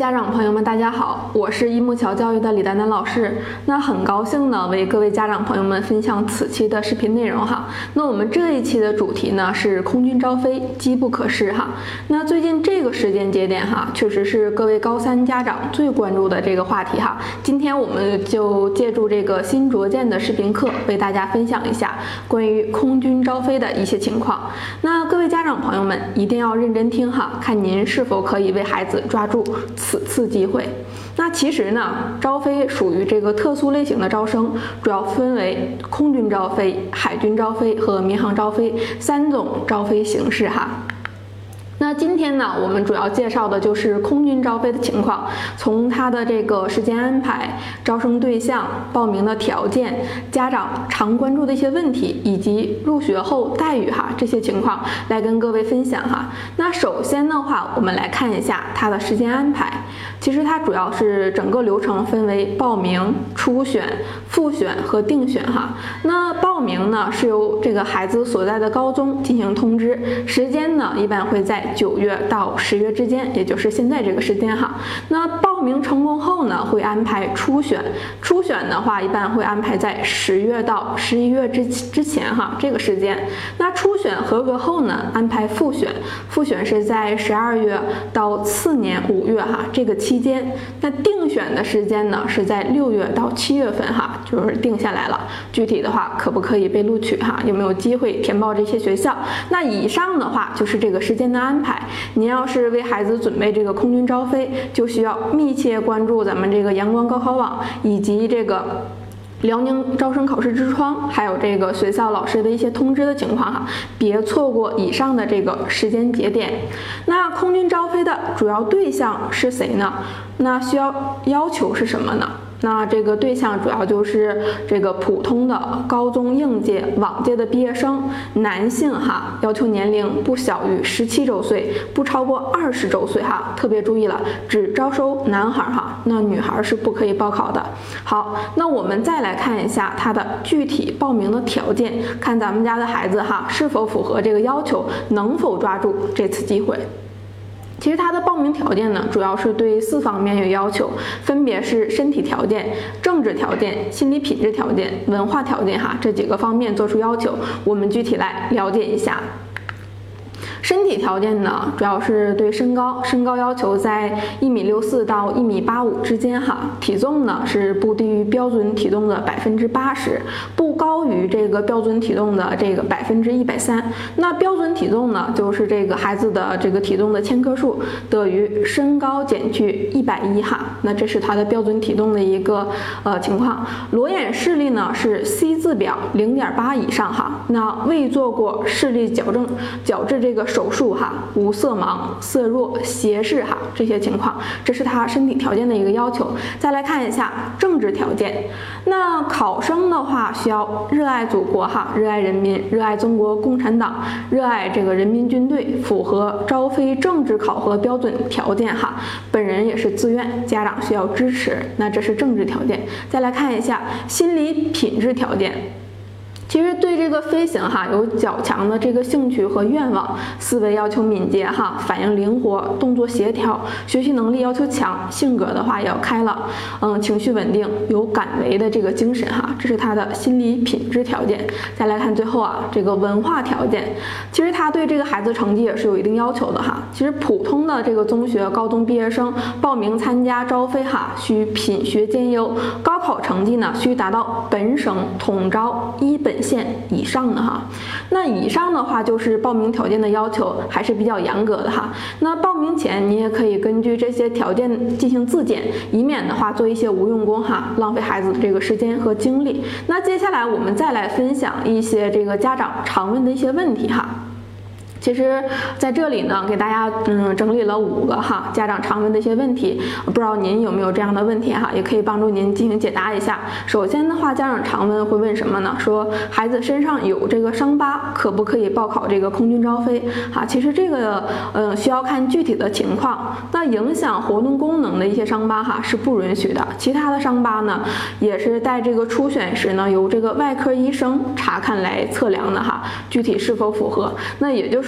家长朋友们，大家好，我是一木桥教育的李丹丹老师。那很高兴呢，为各位家长朋友们分享此期的视频内容哈。那我们这一期的主题呢是空军招飞，机不可失哈。那最近这个时间节点哈，确实是各位高三家长最关注的这个话题哈。今天我们就借助这个新卓建的视频课，为大家分享一下关于空军招飞的一些情况。那各位家长朋友们一定要认真听哈，看您是否可以为孩子抓住此次机会。那其实呢，招飞属于这个特殊类型的招生，主要分为空军招飞、海军招飞和民航招飞3种招飞形式哈。那今天呢，我们主要介绍的就是空军招飞的情况，从它的这个时间安排、招生对象、报名的条件、家长常关注的一些问题，以及入学后待遇哈这些情况来跟各位分享哈。那首先的话，我们来看一下它的时间安排。其实它主要是整个流程分为报名、初选、复选和定选哈。那报名呢是由这个孩子所在的高中进行通知，时间呢一般会在9月到10月之间，也就是现在这个时间哈。那报名成功后呢，会安排初选，初选的话一般会安排在10月到11月之前哈这个时间。那初选合格后呢，安排复选，复选是在12月到次年5月哈这个期间。那定选的时间呢是在6月到7月份哈，就是定下来了。具体的话可不可以被录取哈，有没有机会填报这些学校？那以上的话就是这个时间的安排。您要是为孩子准备这个空军招飞，就需要密切关注咱们这个阳光高考网以及这个辽宁招生考试之窗，还有这个学校老师的一些通知的情况哈，别错过以上的这个时间节点。那空军招飞的主要对象是谁呢？那要求是什么呢？那这个对象主要就是这个普通的高中应届、往届的毕业生，男性哈，要求年龄不小于17周岁，不超过20周岁哈。特别注意了，只招收男孩哈，那女孩是不可以报考的。好，那我们再来看一下它的具体报名的条件，看咱们家的孩子哈是否符合这个要求，能否抓住这次机会。其实它的报名条件呢，主要是对4方面有要求，分别是身体条件、政治条件、心理品质条件、文化条件哈，这几个方面做出要求。我们具体来了解一下。身体条件呢，主要是对身高要求在1.64米到1.85米之间哈，体重呢是不低于标准体重的80%，不高于这个标准体重的这个130%。那标准体重呢，就是这个孩子的这个体重的千克数等于身高减去110哈，那这是他的标准体重的一个情况。裸眼视力呢是 C 字表0.8以上哈，那未做过视力矫治这个手术哈，无色盲、色弱、斜视哈这些情况，这是他身体条件的一个要求。再来看一下政治条件，那考生的话需要热爱祖国哈，热爱人民，热爱中国共产党，热爱这个人民军队，符合招飞政治考核标准条件哈。本人也是自愿，家长需要支持，那这是政治条件。再来看一下心理品质条件。其实对这个飞行哈有较强的这个兴趣和愿望，思维要求敏捷哈，反应灵活，动作协调，学习能力要求强，性格的话也要开朗，情绪稳定，有敢为的这个精神哈，这是他的心理品质条件。再来看最后啊，这个文化条件，其实他对这个孩子成绩也是有一定要求的哈。其实普通的这个中学、高中毕业生报名参加招飞哈，需品学兼优，高考成绩呢需达到本省统招1本线以上的哈。那以上的话就是报名条件的要求，还是比较严格的哈。那报名前你也可以根据这些条件进行自检，以免的话做一些无用功哈，浪费孩子的这个时间和精力。那接下来我们再来分享一些这个家长常问的一些问题哈。其实在这里呢，给大家整理了5个哈家长常问的一些问题，不知道您有没有这样的问题哈，也可以帮助您进行解答一下。首先的话，家长常问会问什么呢？说孩子身上有这个伤疤，可不可以报考这个空军招飞？哈，其实这个需要看具体的情况。那影响活动功能的一些伤疤哈是不允许的，其他的伤疤呢也是在这个初选时呢由这个外科医生查看来测量的哈，具体是否符合。那也就是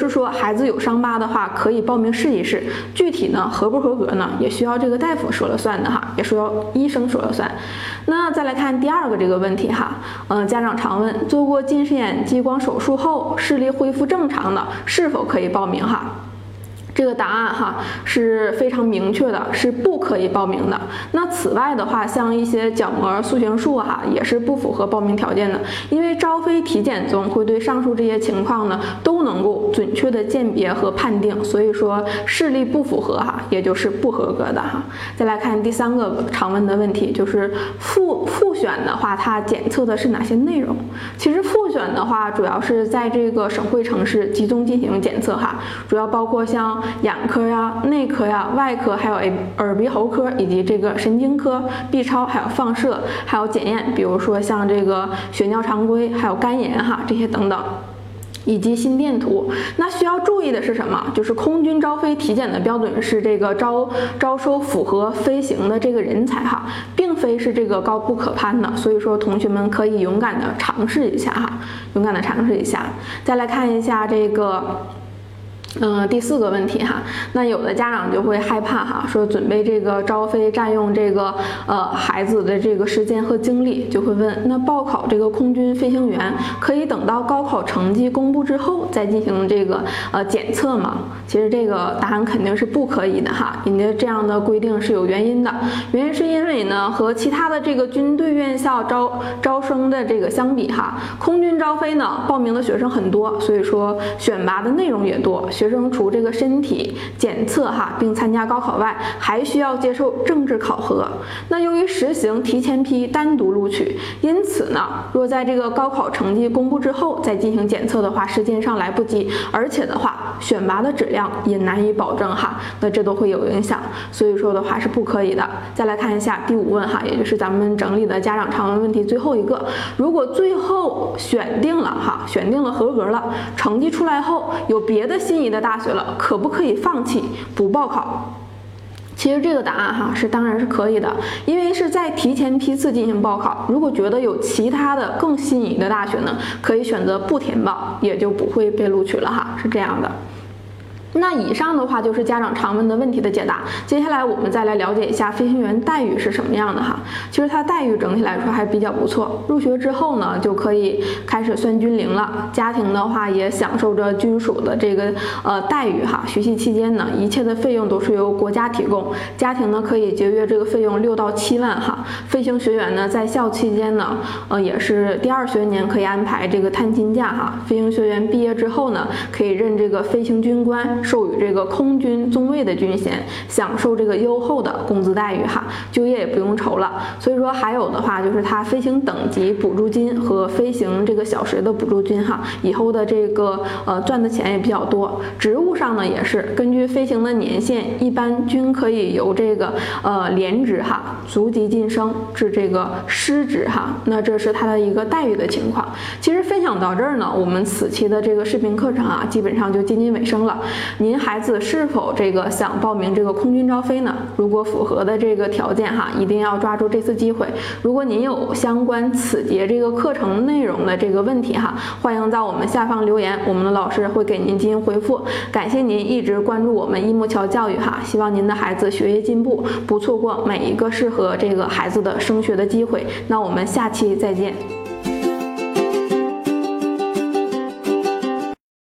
是说孩子有伤疤的话，可以报名试一试，具体呢合不合格呢，也需要这个大夫说了算的哈，也需要医生说了算。那再来看第二个这个问题哈，家长常问，做过近视眼激光手术后视力恢复正常的，是否可以报名哈？这个答案哈是非常明确的，是不可以报名的。那此外的话，像一些角膜塑形术哈，也是不符合报名条件的，因为招飞体检中会对上述这些情况呢都能够准确的鉴别和判定，所以说视力不符合哈，也就是不合格的哈。再来看第三个常问的问题，就是复选的话，它检测的是哪些内容？其实复选的话，主要是在这个省会城市集中进行检测哈，主要包括像眼科呀、内科呀、外科，还有耳鼻喉科，以及这个神经科、B 超，还有放射，还有检验，比如说像这个血尿常规，还有肝炎哈，这些等等。以及心电图。那需要注意的是什么？就是空军招飞体检的标准是这个招收符合飞行的这个人才哈，并非是这个高不可攀的。所以说同学们可以勇敢的尝试一下哈，勇敢的尝试一下。再来看一下这个。第四个问题哈，那有的家长就会害怕哈，说准备这个招飞占用这个孩子的这个时间和精力，就会问，那报考这个空军飞行员可以等到高考成绩公布之后再进行这个检测吗？其实这个答案肯定是不可以的哈，人家这样的规定是有原因的，原因是因为呢和其他的这个军队院校招生的这个相比哈，空军招飞呢报名的学生很多，所以说选拔的内容也多。学生除这个身体检测哈，并参加高考外，还需要接受政治考核。那由于实行提前批单独录取，因此呢，若在这个高考成绩公布之后再进行检测的话，时间上来不及，而且的话，选拔的质量也难以保证哈，那这都会有影响。所以说的话是不可以的。再来看一下第5问哈，也就是咱们整理的家长常问问题最后一个，如果最后选定了合格了，成绩出来后有别的心仪的大学了，可不可以放弃不报考？其实这个答案哈当然是可以的，因为是在提前批次进行报考，如果觉得有其他的更心仪的大学呢，可以选择不填报，也就不会被录取了哈，是这样的。那以上的话就是家长常问的问题的解答。接下来我们再来了解一下飞行员待遇是什么样的哈。其实它待遇整体来说还比较不错。入学之后呢，就可以开始算军龄了。家庭的话也享受着军属的这个待遇哈。学习期间呢，一切的费用都是由国家提供，家庭呢可以节约这个费用6到7万哈。飞行学员呢在校期间呢，也是第2学年可以安排这个探亲假哈。飞行学员毕业之后呢，可以任这个飞行军官。授予这个空军中尉的军衔，享受这个优厚的工资待遇哈，就业也不用愁了。所以说还有的话就是他飞行等级补助金和飞行这个小时的补助金哈，以后的这个赚的钱也比较多。职务上呢也是根据飞行的年限，一般均可以由这个连职哈逐级晋升至这个师职哈。那这是他的一个待遇的情况。其实分享到这儿呢，我们此期的这个视频课程啊，基本上就接近尾声了。您孩子是否这个想报名这个空军招飞呢？如果符合的这个条件哈，一定要抓住这次机会。如果您有相关此节这个课程内容的这个问题哈，欢迎在我们下方留言，我们的老师会给您进行回复。感谢您一直关注我们一木桥教育哈，希望您的孩子学业进步，不错过每一个适合这个孩子的升学的机会。那我们下期再见。